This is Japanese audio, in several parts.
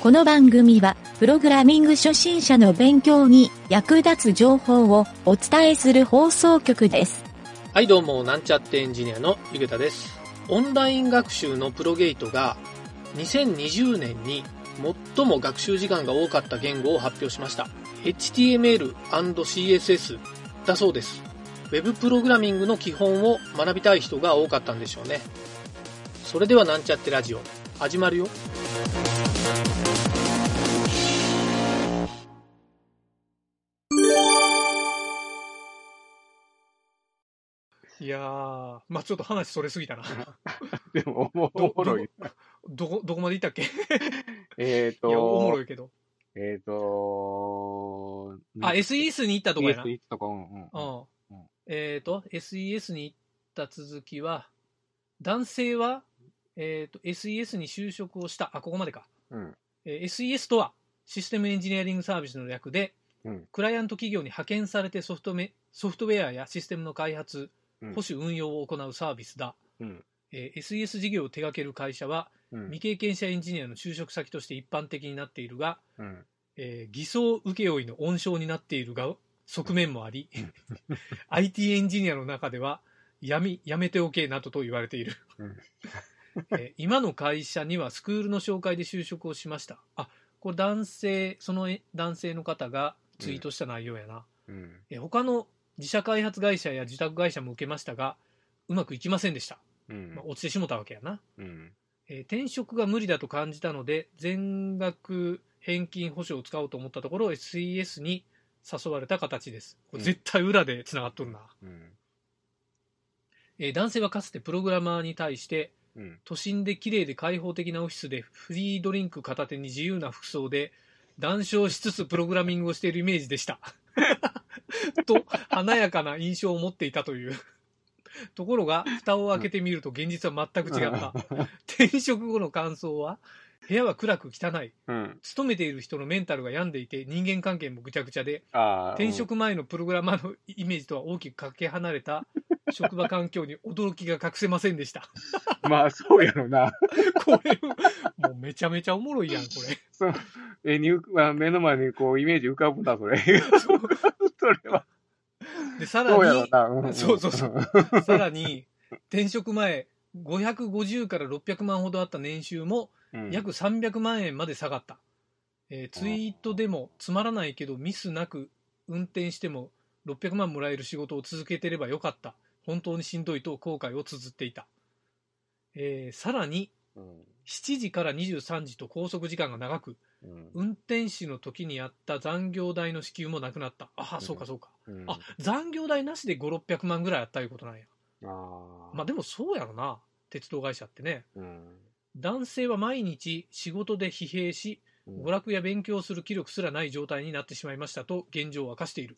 この番組は、プログラミング初心者の勉強に役立つ情報をお伝えする放送局です。 はい、どうも、なんちゃってエンジニアのゆげたです。オンライン学習のプロゲートが2020年に最も学習時間が多かった言語を発表しました。HTML&CSS だそうです。ウェブプログラミングの基本を学びたい人が多かったんでしょうね。それではなんちゃってラジオ、始まるよ。いやー、まあちょっと話それすぎたな。 でもおもろい。 どこまでいったっけ？いや、 おもろいけど。SES に行ったとこやな。 SES とか、 SES に行った続きは、男性は、SES に就職をした。ここまでか。SES とは、システムエンジニアリングサービスの略で、クライアント企業に派遣されてソフトウェアやシステムの開発、保守運用を行うサービスだ。SES 事業を手掛ける会社は、未経験者エンジニアの就職先として一般的になっているが、偽装請負の温床になっているが側面もあり、IT エンジニアの中ではやめておけなどと言われている。今の会社にはスクールの紹介で就職をしました。これその男性の方がツイートした内容やな。他の自社開発会社や受託会社も受けましたが、うまくいきませんでした。落ちてしもたわけやな。転職が無理だと感じたので、全額返金保証を使おうと思ったところ、SES に誘われた形です。これ絶対裏でつながっとるな。男性はかつてプログラマーに対して、都心で綺麗で開放的なオフィスでフリードリンク片手に自由な服装で談笑しつつプログラミングをしているイメージでした。と、華やかな印象を持っていたという。ところが、蓋を開けてみると現実は全く違った。転職後の感想は、部屋は暗く汚い。勤めている人のメンタルが病んでいて、人間関係もぐちゃぐちゃで、転職前のプログラマーのイメージとは大きくかけ離れた職場環境に驚きが隠せませんでした。 まあ、そうやろな。 これ、もうめちゃめちゃおもろいやん、これ。 目の前にこう、イメージ浮かぶな、それ。それは。 で、さらに、さらに、転職前、550から600万ほどあった年収も、約300万円まで下がった。ツイートでも、つまらないけどミスなく運転しても600万もらえる仕事を続けてればよかった。本当にしんどいと後悔を綴っていた。さらに、7時から23時と拘束時間が長く、運転士の時にあった残業代の支給もなくなった。そうかそうか。残業代なしで5、600万ぐらいあったいうことなんや。まあでもそうやろな。鉄道会社ってね。男性は毎日仕事で疲弊し、娯楽や勉強する気力すらない状態になってしまいましたと現状を明かしている。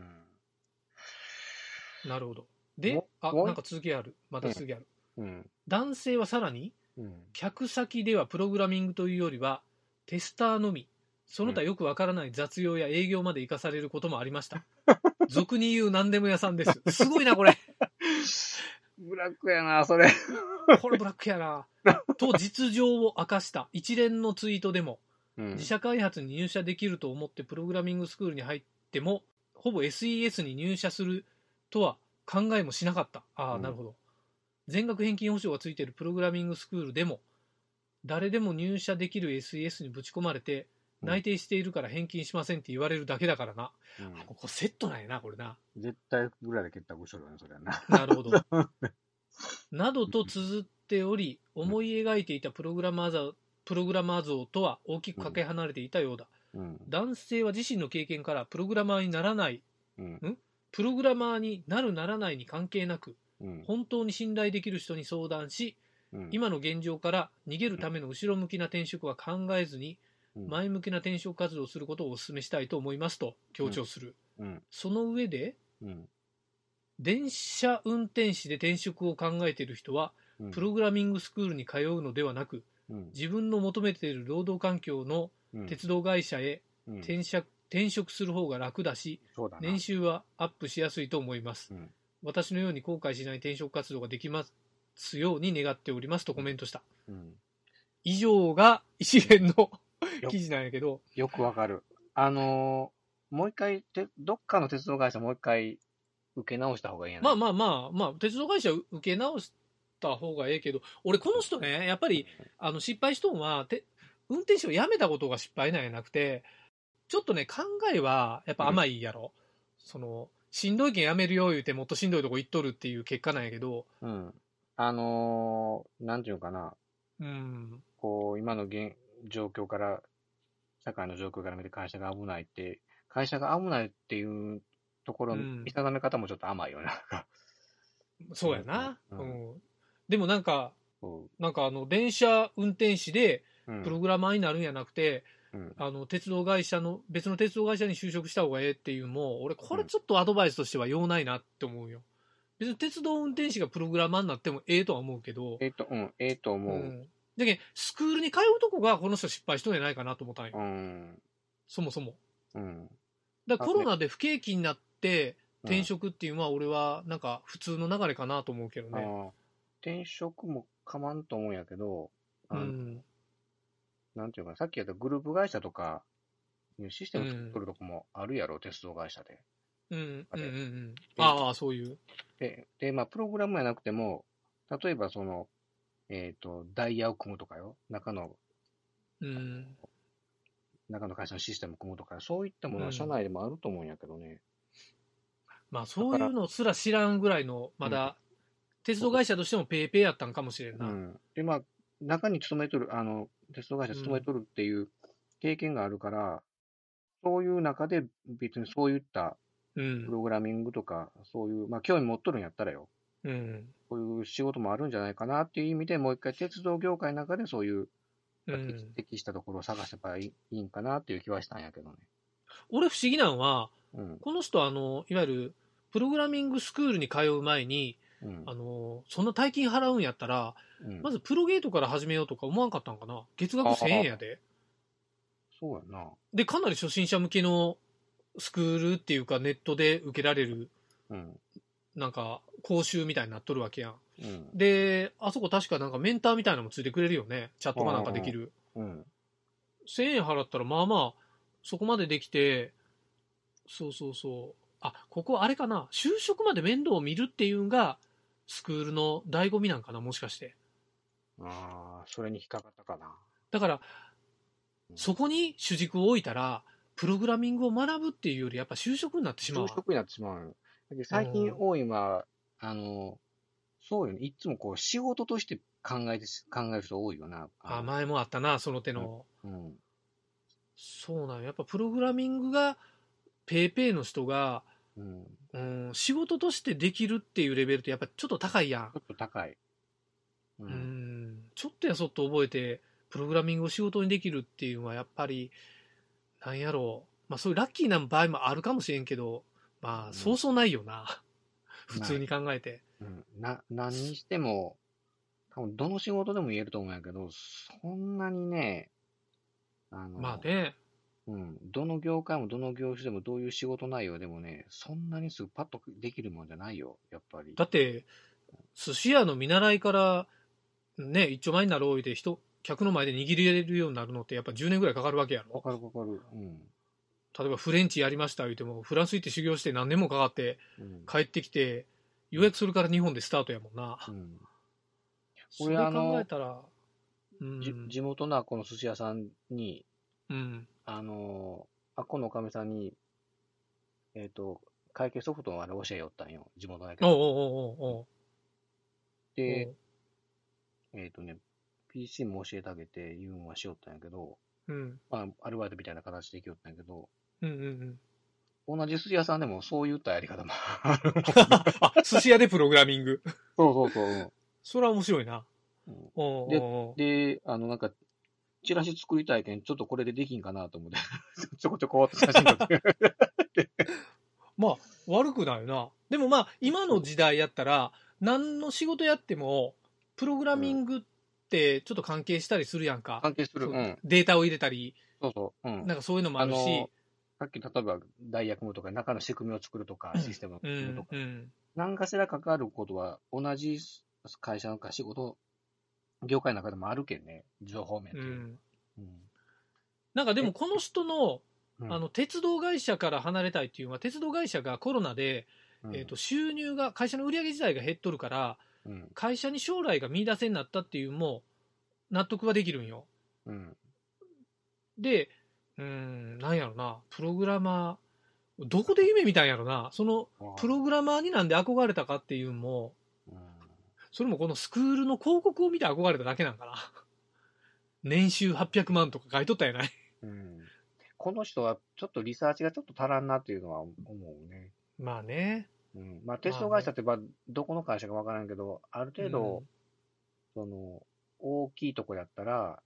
なるほど。で、なんか続きある。また続きある。男性はさらに、客先ではプログラミングというよりは、テスターのみ、その他よくわからない雑用や営業まで活かされることもありました。俗に言う何でも屋さんです。すごいな、これ。 ブラックやな、それ。 これブラックやな。と実情を明かした一連のツイートでも、自社開発に入社できると思ってプログラミングスクールに入っても、ほぼ SES に入社するとは考えもしなかった。なるほど。全額返金保証がついているプログラミングスクールでも、誰でも入社できる SES にぶち込まれて、内定しているから返金しませんって言われるだけだからな。ここセットなんやな、これな。 絶対裏で結託しとるよね、それはな。 なるほど。などと綴っており、思い描いていたプログラマー像とは大きくかけ離れていたようだ。男性は自身の経験からプログラマーにならない、プログラマーになるならないに関係なく、本当に信頼できる人に相談し、今の現状から逃げるための後ろ向きな転職は考えずに、前向きな転職活動をすることをお勧めしたいと思いますと強調する。その上で、電車運転士で転職を考えている人は、プログラミングスクールに通うのではなく、自分の求めている労働環境の鉄道会社へ転職する方が楽だし、年収はアップしやすいと思います。私のように後悔しない転職活動ができますように願っておりますとコメントした。以上が一連の記事なんやけど。 よくわかる。もう一回、どっかの鉄道会社もう一回受け直した方がいいんやない？ 鉄道会社受け直した方がええけど、俺この人ね、やっぱり、失敗しとんは、運転手を辞めたことが失敗なんやなくて、ちょっとね、考えはやっぱ甘いやろ。しんどいけん辞めるよ言うてもっとしんどいとこ行っとるっていう結果なんやけど。 うん。なんていうのかな。 うん。 こう、今の状況から、社会の状況から見て会社が危ないって、会社が危ないっていうところの見定め方もちょっと甘いよね。 そうやな。 うん。 でもなんか電車運転士でプログラマーになるんやなくて、鉄道会社の、別の鉄道会社に就職した方がええっていうも、俺これちょっとアドバイスとしては用ないなって思うよ。別に鉄道運転士がプログラマーになってもええとは思うけど。 と思う。 だけど、スクールに通うとこがこの人失敗しとんじゃないかなと思ったんよ。そもそも。だからコロナで不景気になって転職っていうのは俺はなんか普通の流れかなと思うけどね。 転職もかまんと思うんやけど、なんていうか、さっき言ったグループ会社とか、システム作っとるとこもあるやろ、鉄道会社で。 ああ、そういう。 で、プログラムやなくても、例えばダイヤを組むとかよ。中の会社のシステム組むとか、そういったものは社内でもあると思うんやけどね。 まあ、そういうのすら知らんぐらいの、まだ、鉄道会社としてもペイペイやったんかもしれんな。 で、中に勤めとる、鉄道会社勤めとるっていう経験があるから、そういう中で別にそういったプログラミングとか、そういう、興味持っとるんやったらよ。こういう仕事もあるんじゃないかなっていう意味でもう一回鉄道業界の中でそういう、適したところを探せばいいんかなっていう気はしたんやけどね。 俺不思議なのは、この人いわゆるプログラミングスクールに通う前に、そんな大金払うんやったら、まずプロゲートから始めようとか思わんかったんかな。月額1000円やで。 そうやな。 で、かなり初心者向けのスクールっていうかネットで受けられる、なんか講習みたいになっとるわけやん。で、あそこ確かなんかメンターみたいなのもついてくれるよね。チャットがなんかできる。1000円払ったらまあまあ、そこまでできて、そう。ここあれかな。就職まで面倒を見るっていうのが、スクールの醍醐味なんかな、もしかして。 それに引っかかったかな。 だから、そこに主軸を置いたら、プログラミングを学ぶっていうより、やっぱ就職になってしまう。 就職になってしまう。最近多いのは、そうよね。いつもこう、仕事として考える人多いよな。 前もあったな、その手の。そうなんやっぱプログラミングが、ペイペイの人が、仕事としてできるっていうレベルってやっぱちょっと高いやん。 ちょっと高い。 ちょっとやそっと覚えて、プログラミングを仕事にできるっていうのはやっぱり、なんやろう。そういうラッキーな場合もあるかもしれんけど、そうそうないよな。普通に考えて。 何にしても、多分どの仕事でも言えると思うんやけど、そんなにね、どの業界もどの業種でもどういう仕事内容でもね、そんなにすぐパッとできるもんじゃないよ、やっぱり。 だって、寿司屋の見習いから、ね、一丁前になるおいで客の前で握れるようになるのってやっぱ10年ぐらいかかるわけやろ。 かかる。 例えばフレンチやりました言うても、フランス行って修行して何年もかかって、帰ってきて、予約するから日本でスタートやもんな。それ考えたら、 地元のこの寿司屋さんに、このおかみさんに、会計ソフトを教えよったんよ、地元だけど。で、PC も教えてあげて言うんはしよったんやけど、アルバイトみたいな形で行きよったんやけど、同じ寿司屋さんでもそういったやり方もある。 寿司屋でプログラミング。 そう。 それは面白いな。 で、なんか、チラシ作りたいけん、ちょっとこれでできんかなと思って、ちょこちょこって写真撮って。 悪くないな。でも今の時代やったら、何の仕事やっても、プログラミングってちょっと関係したりするやんか。 関係する。 データを入れたり。 そう。 なんかそういうのもあるし。 さっき例えばダイヤ組むとか、中の仕組みを作るとか、システムを作るとか。何かしら関わることは、同じ会社の仕事、業界の中でもあるけんね、情報面っていう。 なんかでもこの人の、鉄道会社から離れたいっていうのは、鉄道会社がコロナで、収入が、会社の売り上げ自体が減っとるから、会社に将来が見出せになったっていうも納得はできるんよ。で、なんやろな、プログラマー、どこで夢見たんやろな、そのプログラマーになんで憧れたかっていうのも、それもこのスクールの広告を見て憧れただけなんかな。年収800万とか書いとったやない。 この人はちょっとリサーチがちょっと足らんなっていうのは思うね。 まあね。 まあ、鉄道会社ってどこの会社かわからんけど、ある程度、その、大きいとこやったら、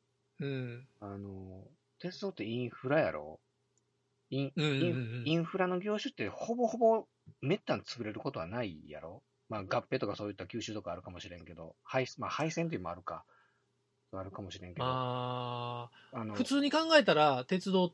鉄道ってインフラやろ。インフラの業種ってほぼほぼめったに潰れることはないやろ。まあ、合併とかそういった吸収とかあるかもしれんけど、廃線っていうのもあるか。あるかもしれんけど。 普通に考えたら、鉄道って、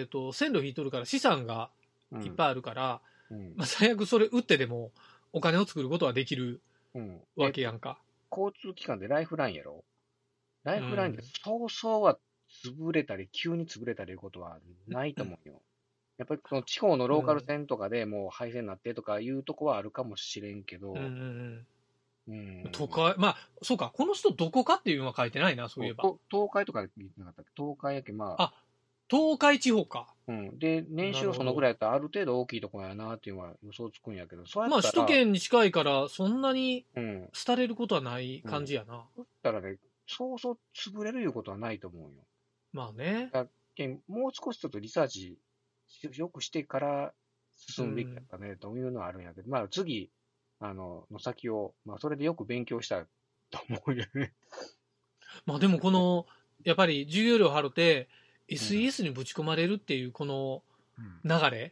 線路引いとるから資産がいっぱいあるから、まあ、最悪それ売ってでもお金を作ることはできるわけやんか。 交通機関でライフラインやろ。ライフラインで早々は潰れたり、急に潰れたりいうことはないと思うよ。やっぱりその地方のローカル線とかでもう廃線になってとかいうとこはあるかもしれんけど、 都会、まあ、そうか、この人どこかっていうのは書いてないな、そういえば。 東海とか言ってなかったっけ？東海やけ、まあ。 東海地方か。 で、年収そのぐらいやったらある程度大きいところやなっていうのは予想つくんやけど、そうやったら。 まあ、首都圏に近いから、そんなに廃れることはない感じやな。 そしたらね、そうそう潰れるいうことはないと思うよ。 まあね。 もう少しちょっとリサーチよくしてから進むべきだったね、というのはあるんやけど、まあ次、の先を、まあそれでよく勉強したと思うよね。 まあでもこの、やっぱり授業料払って、SES にぶち込まれるっていうこの流れ。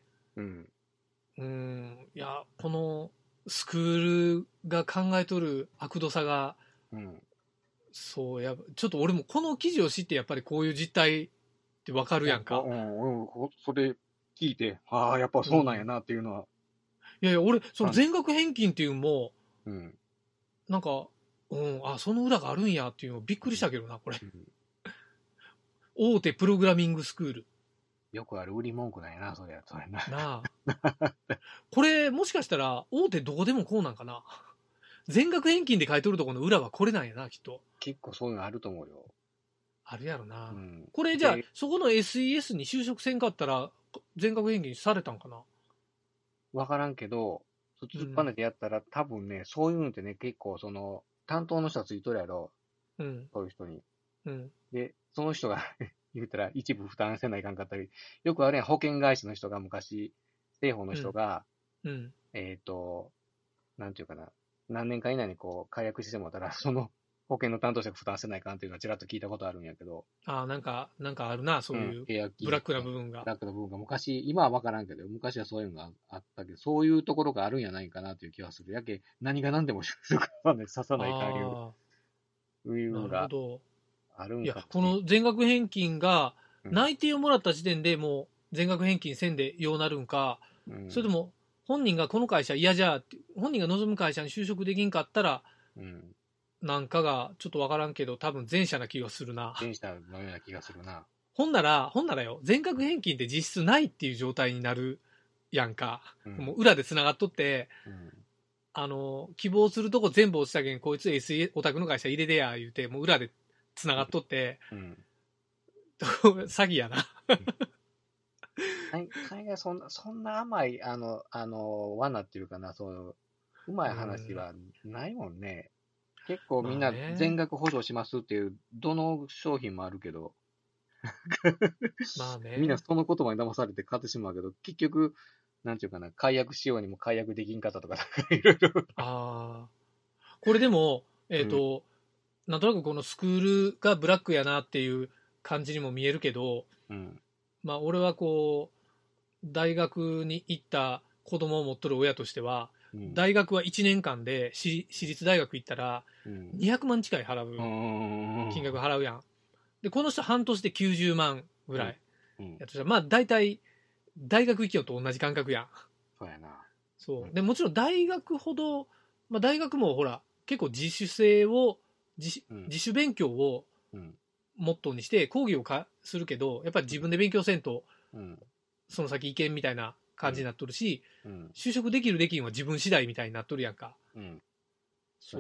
いや、このスクールが考えとる悪どさが、そうや、ちょっと俺もこの記事を知ってやっぱりこういう実態ってわかるやんか。 それ聞いて、ああ、やっぱそうなんやなっていうのは。 いやいや、俺、その全額返金っていうのも、なんか、その裏があるんやっていうのびっくりしたけどな、これ。大手プログラミングスクール。 よくある売り文句なんやな、それな。 なあ。これ、もしかしたら、大手どこでもこうなんかな。全額返金で買い取るところの裏はこれなんやな、きっと。 結構そういうのあると思うよ。 あるやろな。これじゃあ、そこの SES に就職せんかったら、全額返金されたんかな。 わからんけど、突っぱねてやったら、多分ね、そういうのってね、結構その、担当の人はついとるやろ。そういう人に。で、その人が言うたら一部負担せないかんかったり、よくあるやん、保険会社の人が昔、政府の人が、なんていうかな、何年か以内にこう、解約してもらったら、その保険の担当者が負担せないかんっていうのはちらっと聞いたことあるんやけど。 なんかあるな、そういう、ブラックな部分が。 ブラックな部分が昔、今はわからんけど、昔はそういうのがあったけど、そういうところがあるんやないかなという気がする。やけ、何が何でも就職はね、刺さないかいうのがあるんか。 いや、この全額返金が、内定をもらった時点でもう全額返金せんでようなるんか、それとも本人がこの会社嫌じゃって、本人が望む会社に就職できんかったら、なんかがちょっとわからんけど、多分前者な気がするな。 前者のような気がするな。 ほんならよ、全額返金って実質ないっていう状態になるやんか。もう裏で繋がっとって、希望するとこ全部落ちたけん、こいつ SE オタクの会社入れてや、言うて、もう裏で繋がっとって、詐欺やな。 海外そんな甘い、罠っていうかな、うまい話はないもんね。結構みんな全額補助しますっていう、どの商品もあるけど。 まあね。 みんなその言葉に騙されて買ってしまうけど、結局、なんていうかな、解約しようにも解約できんかったとか、いろいろ。 これでも、なんとなくこのスクールがブラックやなっていう感じにも見えるけど、まあ俺はこう、大学に行った子供を持っとる親としては、大学は1年間で私立大学行ったら、200万近い払う、金額払うやん。で、この人半年で90万ぐらい。やとしたら、まあ大体、大学行きよと同じ感覚やん。 そうやな。 そう。で、もちろん大学ほど、まあ大学もほら、結構自主性を、自主勉強をモットーにして、講義をするけど、やっぱり自分で勉強せんと、 うん、 その先行けんみたいな感じになっとるし、 うん、 就職できるできんは自分次第みたいになっとるやんか。 うん、 そう。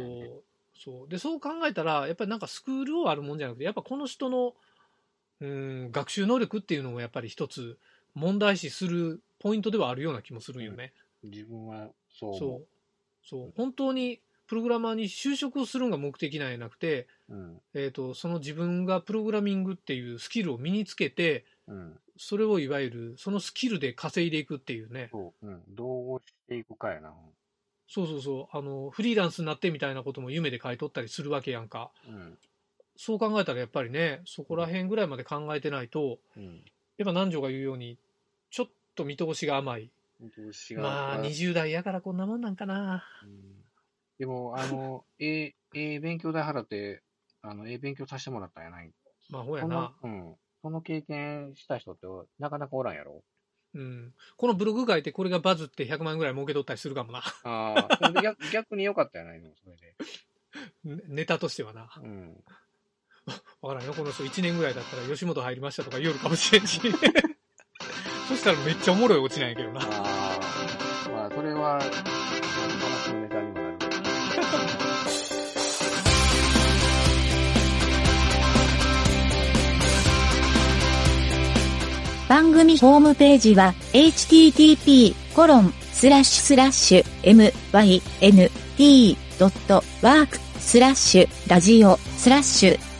で、そう考えたら、やっぱりなんかスクールをあるもんじゃなくて、やっぱこの人の、学習能力っていうのもやっぱり一つ問題視するポイントではあるような気もするんよね。 自分はそう。 そう。本当にプログラマーに就職をするのが目的なんじゃなくて、その自分がプログラミングっていうスキルを身につけて、それをいわゆるそのスキルで稼いでいくっていうね。 どうしていくかやな。 そう。フリーランスになってみたいなことも夢で書いとったりするわけやんか。そう考えたらやっぱりね、そこら辺ぐらいまで考えてないと、やっぱ南條が言うように、ちょっと見通しが甘い。まあ、20代やからこんなもんなんかな。 でも、勉強代払って、勉強させてもらったんやない。 まあ、ほやな。 その経験した人ってなかなかおらんやろ。 このブログ書いてこれがバズって100万円ぐらい儲けとったりするかもな。 逆に良かったやないの、それで。ネタとしてはな。わからんよ、この人1年ぐらいだったら吉本入りましたとか言うかもしれんし。そしたらめっちゃおもろいオチなんやけどな。 まあ、それは、話のネタにもなる。 番組ホームページは http://myn.t.work/ラジオ/